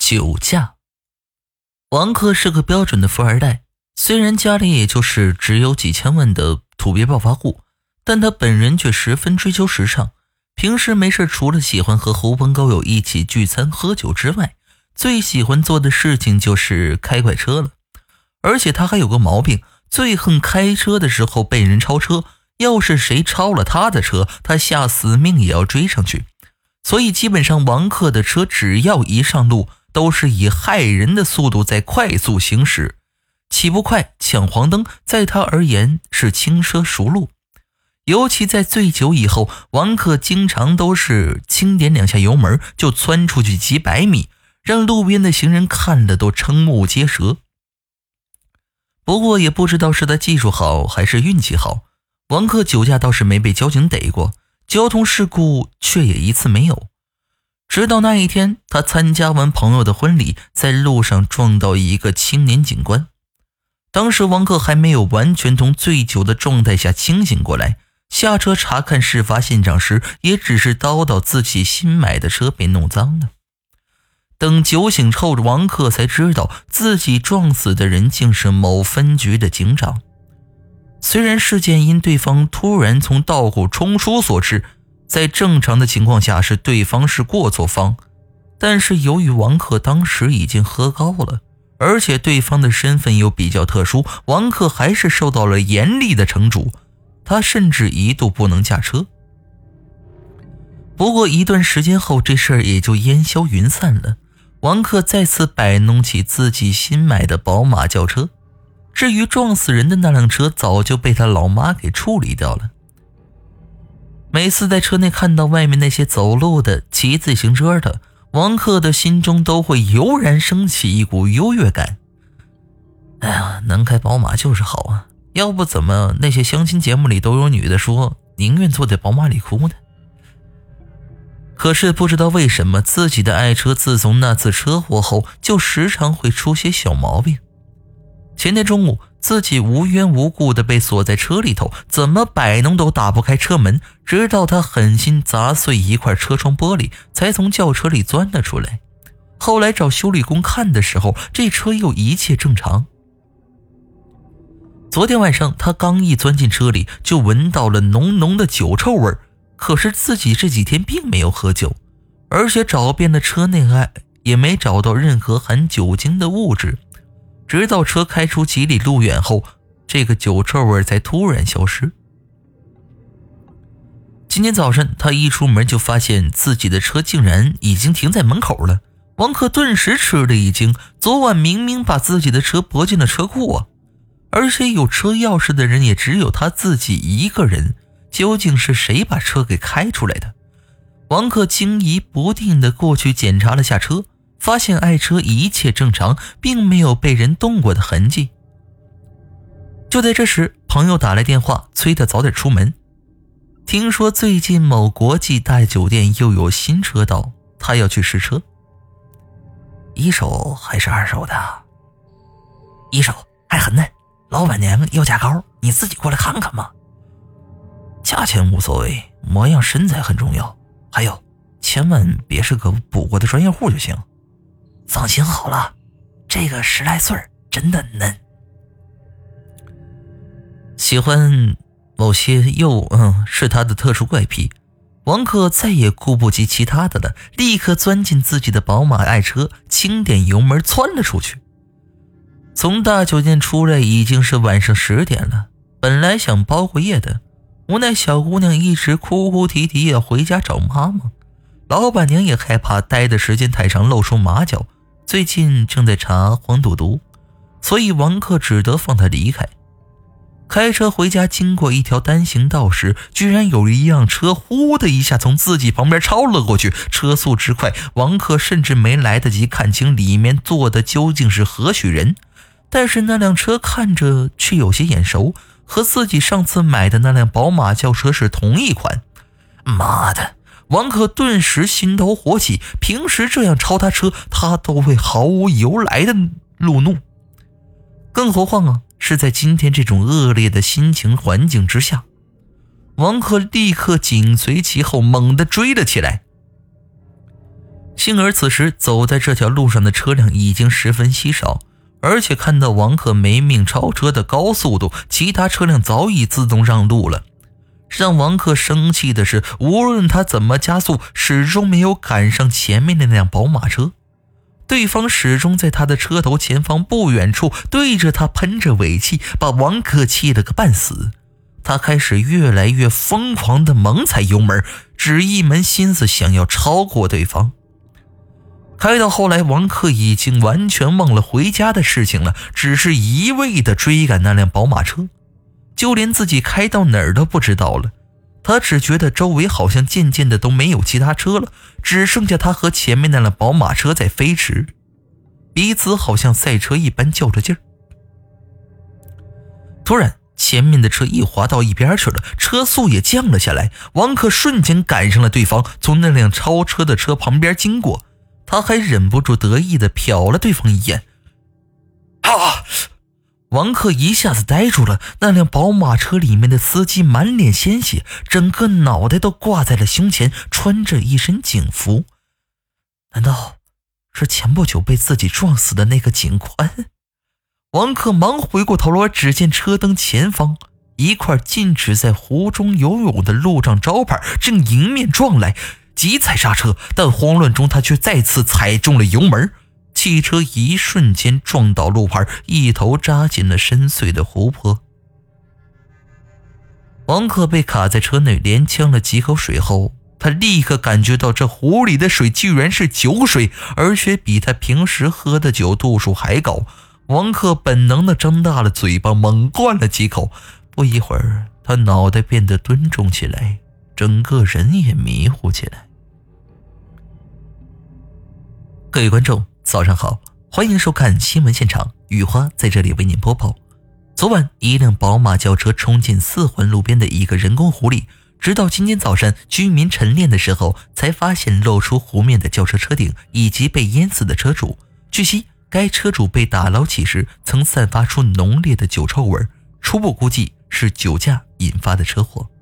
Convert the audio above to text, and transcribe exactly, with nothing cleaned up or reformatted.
酒驾。王克是个标准的富二代，虽然家里也就是只有几千万的土鳖暴发户，但他本人却十分追求时尚。平时没事除了喜欢和狐朋狗友一起聚餐喝酒之外，最喜欢做的事情就是开快车了。而且他还有个毛病，最恨开车的时候被人超车，要是谁超了他的车，他下死命也要追上去。所以基本上王克的车只要一上路，都是以骇人的速度在快速行驶，起步快，抢黄灯，在他而言是轻车熟路。尤其在醉酒以后，王克经常都是轻点两下油门就窜出去几百米，让路边的行人看了都瞠目结舌。不过也不知道是他技术好还是运气好，王克酒驾倒是没被交警逮过，交通事故却也一次没有。直到那一天，他参加完朋友的婚礼，在路上撞到一个青年警官。当时王克还没有完全从醉酒的状态下清醒过来，下车查看事发现场时，也只是叨叨自己新买的车被弄脏了。等酒醒后，王克才知道自己撞死的人竟是某分局的警长。虽然事件因对方突然从道口冲出所致，在正常的情况下是对方是过错方，但是由于王克当时已经喝高了，而且对方的身份又比较特殊，王克还是受到了严厉的惩处，他甚至一度不能驾车。不过一段时间后，这事儿也就烟消云散了。王克再次摆弄起自己新买的宝马轿车，至于撞死人的那辆车，早就被他老妈给处理掉了。每次在车内看到外面那些走路的、骑自行车的，王克的心中都会油然升起一股优越感。哎呀，能开宝马就是好啊，要不怎么那些相亲节目里都有女的说宁愿坐在宝马里哭呢？可是不知道为什么，自己的爱车自从那次车祸后就时常会出些小毛病。前天中午，自己无缘无故的被锁在车里头，怎么摆弄都打不开车门，直到他狠心砸碎一块车窗玻璃，才从轿车里钻了出来。后来找修理工看的时候，这车又一切正常。昨天晚上他刚一钻进车里，就闻到了浓浓的酒臭味，可是自己这几天并没有喝酒，而且找遍了车内外也没找到任何含酒精的物质。直到车开出几里路远后，这个酒臭味才突然消失。今天早上他一出门就发现自己的车竟然已经停在门口了。王克顿时吃了一惊，昨晚明明把自己的车泊进了车库啊，而且有车钥匙的人也只有他自己一个人，究竟是谁把车给开出来的？王克惊疑不定地过去检查了下车，发现爱车一切正常，并没有被人动过的痕迹。就在这时，朋友打来电话催他早点出门，听说最近某国际大酒店又有新车到，他要去试车。一手还是二手的？一手，还很嫩，老板娘要价高，你自己过来看看嘛。价钱无所谓，模样身材很重要，还有千万别是个补过的专业户就行。放心好了，这个十来岁真的嫩。喜欢某些又嗯是他的特殊怪癖，王克再也顾不及其他的了，立刻钻进自己的宝马爱车，轻点油门窜了出去。从大酒店出来已经是晚上十点了，本来想包过夜的，无奈小姑娘一直哭哭啼啼要回家找妈妈，老板娘也害怕待的时间太长露出马脚，最近正在查黄赌毒，所以王克只得放她离开。开车回家，经过一条单行道时，居然有一辆车呼的一下从自己旁边超了过去，车速之快，王克甚至没来得及看清里面坐的究竟是何许人。但是那辆车看着却有些眼熟，和自己上次买的那辆宝马轿车是同一款。妈的！王克顿时心头火起，平时这样超他车，他都会毫无由来的怒怒，更何况啊是在今天这种恶劣的心情环境之下。王克立刻紧随其后，猛地追了起来。 幸而此时走在这条路上的车辆已经十分稀少，而且看到王克没命超车的高速度，其他车辆早已自动让路了。让王克生气的是，无论他怎么加速，始终没有赶上前面那辆宝马车。对方始终在他的车头前方不远处对着他喷着尾气，把王克气了个半死。他开始越来越疯狂地猛踩油门，只一门心思想要超过对方。开到后来，王克已经完全忘了回家的事情了，只是一味地追赶那辆宝马车，就连自己开到哪儿都不知道了。他只觉得周围好像渐渐的都没有其他车了，只剩下他和前面那辆宝马车在飞驰，彼此好像赛车一般较着劲儿。突然前面的车一滑到一边去了，车速也降了下来，王克瞬间赶上了对方，从那辆超车的车旁边经过，他还忍不住得意地瞟了对方一眼。啊！王克一下子呆住了，那辆宝马车里面的司机满脸鲜血，整个脑袋都挂在了胸前，穿着一身警服。难道是前不久被自己撞死的那个警官？王克忙回过头来，只见车灯前方一块禁止在湖中游泳的路障招牌正迎面撞来，急踩刹车，但慌乱中他却再次踩中了油门，汽车一瞬间撞倒路牌，一头扎进了深邃的湖泊。王克被卡在车内，连呛了几口水后，他立刻感觉到这湖里的水居然是酒水，而且比他平时喝的酒度数还高。王克本能地张大了嘴巴，猛灌了几口，不一会儿他脑袋变得蹲重起来，整个人也迷糊起来。各位观众早上好，欢迎收看新闻现场，雨花在这里为您播报。昨晚一辆宝马轿车冲进四环路边的一个人工湖里，直到今天早上居民晨练的时候，才发现露出湖面的轿车车顶以及被淹死的车主。据悉，该车主被打捞起时曾散发出浓烈的酒臭味，初步估计是酒驾引发的车祸。